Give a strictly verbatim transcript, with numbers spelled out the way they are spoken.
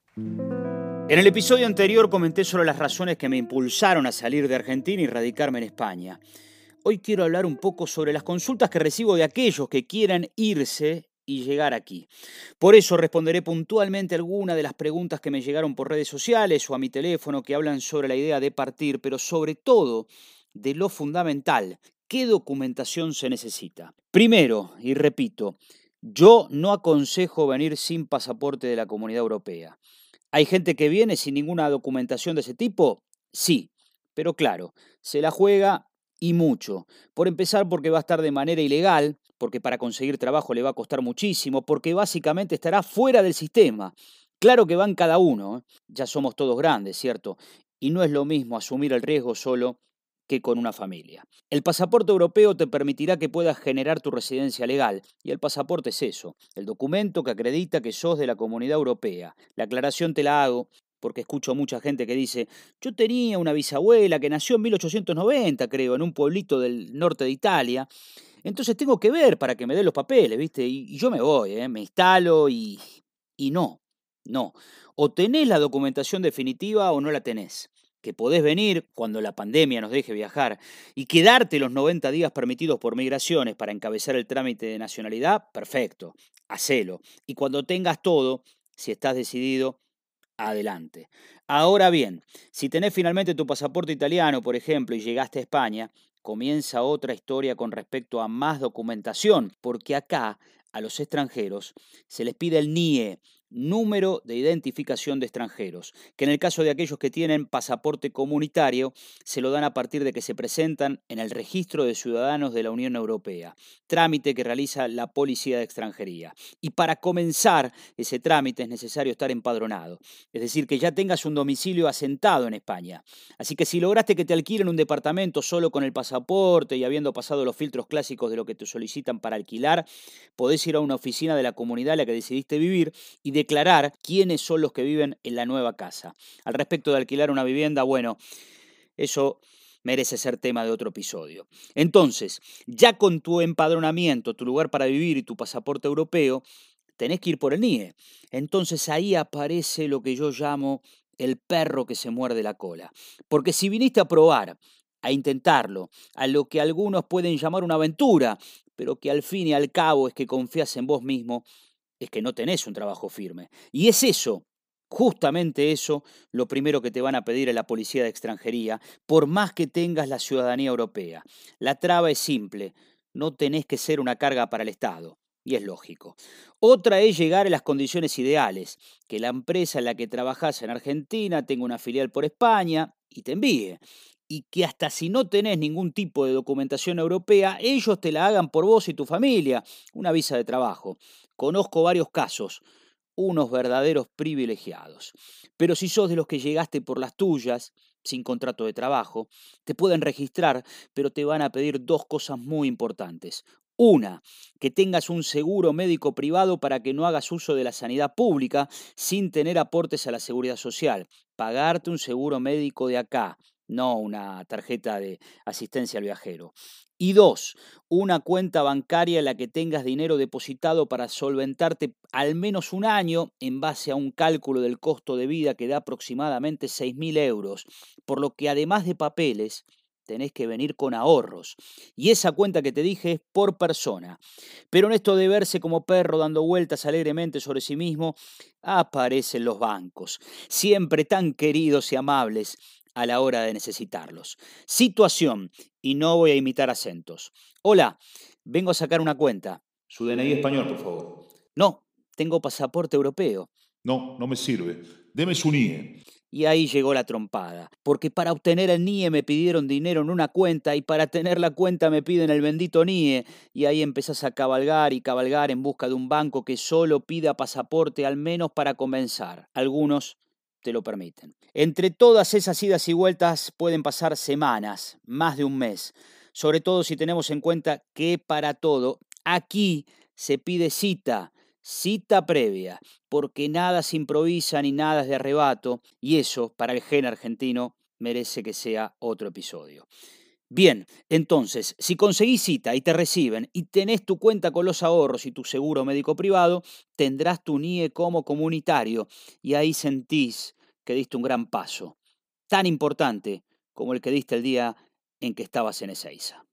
En el episodio anterior comenté sobre las razones que me impulsaron a salir de Argentina y radicarme en España. Hoy quiero hablar un poco sobre las consultas que recibo de aquellos que quieran irse y llegar aquí. Por eso responderé puntualmente algunas de las preguntas que me llegaron por redes sociales o a mi teléfono que hablan sobre la idea de partir, pero sobre todo de lo fundamental, ¿qué documentación se necesita? Primero, y repito, yo no aconsejo venir sin pasaporte de la Comunidad Europea. ¿Hay gente que viene sin ninguna documentación de ese tipo? Sí, pero claro, se la juega y mucho. Por empezar, porque va a estar de manera ilegal, porque para conseguir trabajo le va a costar muchísimo, porque básicamente estará fuera del sistema. Claro que van cada uno, ¿eh? Ya somos todos grandes, ¿cierto? Y no es lo mismo asumir el riesgo solo que con una familia. El pasaporte europeo te permitirá que puedas generar tu residencia legal, y el pasaporte es eso, el documento que acredita que sos de la Comunidad Europea. La aclaración te la hago porque escucho a mucha gente que dice, yo tenía una bisabuela que nació en mil ochocientos noventa, creo, en un pueblito del norte de Italia, entonces tengo que ver para que me den los papeles, ¿viste? Y, y yo me voy, ¿eh? Me instalo y... y no, no. O tenés la documentación definitiva o no la tenés. Que podés venir cuando la pandemia nos deje viajar y quedarte los noventa días permitidos por migraciones para encabezar el trámite de nacionalidad, perfecto, hacelo. Y cuando tengas todo, si estás decidido, adelante. Ahora bien, si tenés finalmente tu pasaporte italiano, por ejemplo, y llegaste a España, comienza otra historia con respecto a más documentación, porque acá a los extranjeros se les pide el N I E, número de identificación de extranjeros, que en el caso de aquellos que tienen pasaporte comunitario, se lo dan a partir de que se presentan en el registro de ciudadanos de la Unión Europea, trámite que realiza la Policía de Extranjería. Y para comenzar ese trámite es necesario estar empadronado, es decir, que ya tengas un domicilio asentado en España. Así que si lograste que te alquilen un departamento solo con el pasaporte y habiendo pasado los filtros clásicos de lo que te solicitan para alquilar, podés ir a una oficina de la comunidad en la que decidiste vivir y declarar quiénes son los que viven en la nueva casa. Al respecto de alquilar una vivienda, bueno, eso merece ser tema de otro episodio. Entonces, ya con tu empadronamiento, tu lugar para vivir y tu pasaporte europeo, tenés que ir por el N I E. Entonces ahí aparece lo que yo llamo el perro que se muerde la cola. Porque si viniste a probar, a intentarlo, a lo que algunos pueden llamar una aventura, pero que al fin y al cabo es que confías en vos mismo, es que no tenés un trabajo firme. Y es eso, justamente eso, lo primero que te van a pedir en la Policía de Extranjería, por más que tengas la ciudadanía europea. La traba es simple, no tenés que ser una carga para el Estado. Y es lógico. Otra es llegar a las condiciones ideales, que la empresa en la que trabajás en Argentina tenga una filial por España y te envíe. Y que hasta si no tenés ningún tipo de documentación europea, ellos te la hagan por vos y tu familia, una visa de trabajo. Conozco varios casos, unos verdaderos privilegiados. Pero si sos de los que llegaste por las tuyas, sin contrato de trabajo, te pueden registrar, pero te van a pedir dos cosas muy importantes. Una, que tengas un seguro médico privado para que no hagas uso de la sanidad pública sin tener aportes a la seguridad social. Pagarte un seguro médico de acá, no una tarjeta de asistencia al viajero. Y dos, una cuenta bancaria en la que tengas dinero depositado para solventarte al menos un año en base a un cálculo del costo de vida que da aproximadamente seis mil euros, por lo que además de papeles, tenés que venir con ahorros. Y esa cuenta que te dije es por persona. Pero en esto de verse como perro dando vueltas alegremente sobre sí mismo, aparecen los bancos, siempre tan queridos y amables a la hora de necesitarlos. Situación, y no voy a imitar acentos. Hola, vengo a sacar una cuenta. Su D N I español, por favor. No, tengo pasaporte europeo. No, no me sirve. Deme su N I E. Y ahí llegó la trompada, porque para obtener el N I E me pidieron dinero en una cuenta y para tener la cuenta me piden el bendito N I E y ahí empezás a cabalgar y cabalgar en busca de un banco que solo pida pasaporte al menos para comenzar. Algunos te lo permiten. Entre todas esas idas y vueltas pueden pasar semanas, más de un mes, sobre todo si tenemos en cuenta que para todo aquí se pide cita. Cita previa, porque nada se improvisa ni nada es de arrebato, y eso, para el gen argentino, merece que sea otro episodio. Bien, entonces, si conseguís cita y te reciben y tenés tu cuenta con los ahorros y tu seguro médico privado, tendrás tu N I E como comunitario y ahí sentís que diste un gran paso, tan importante como el que diste el día en que estabas en Ezeiza.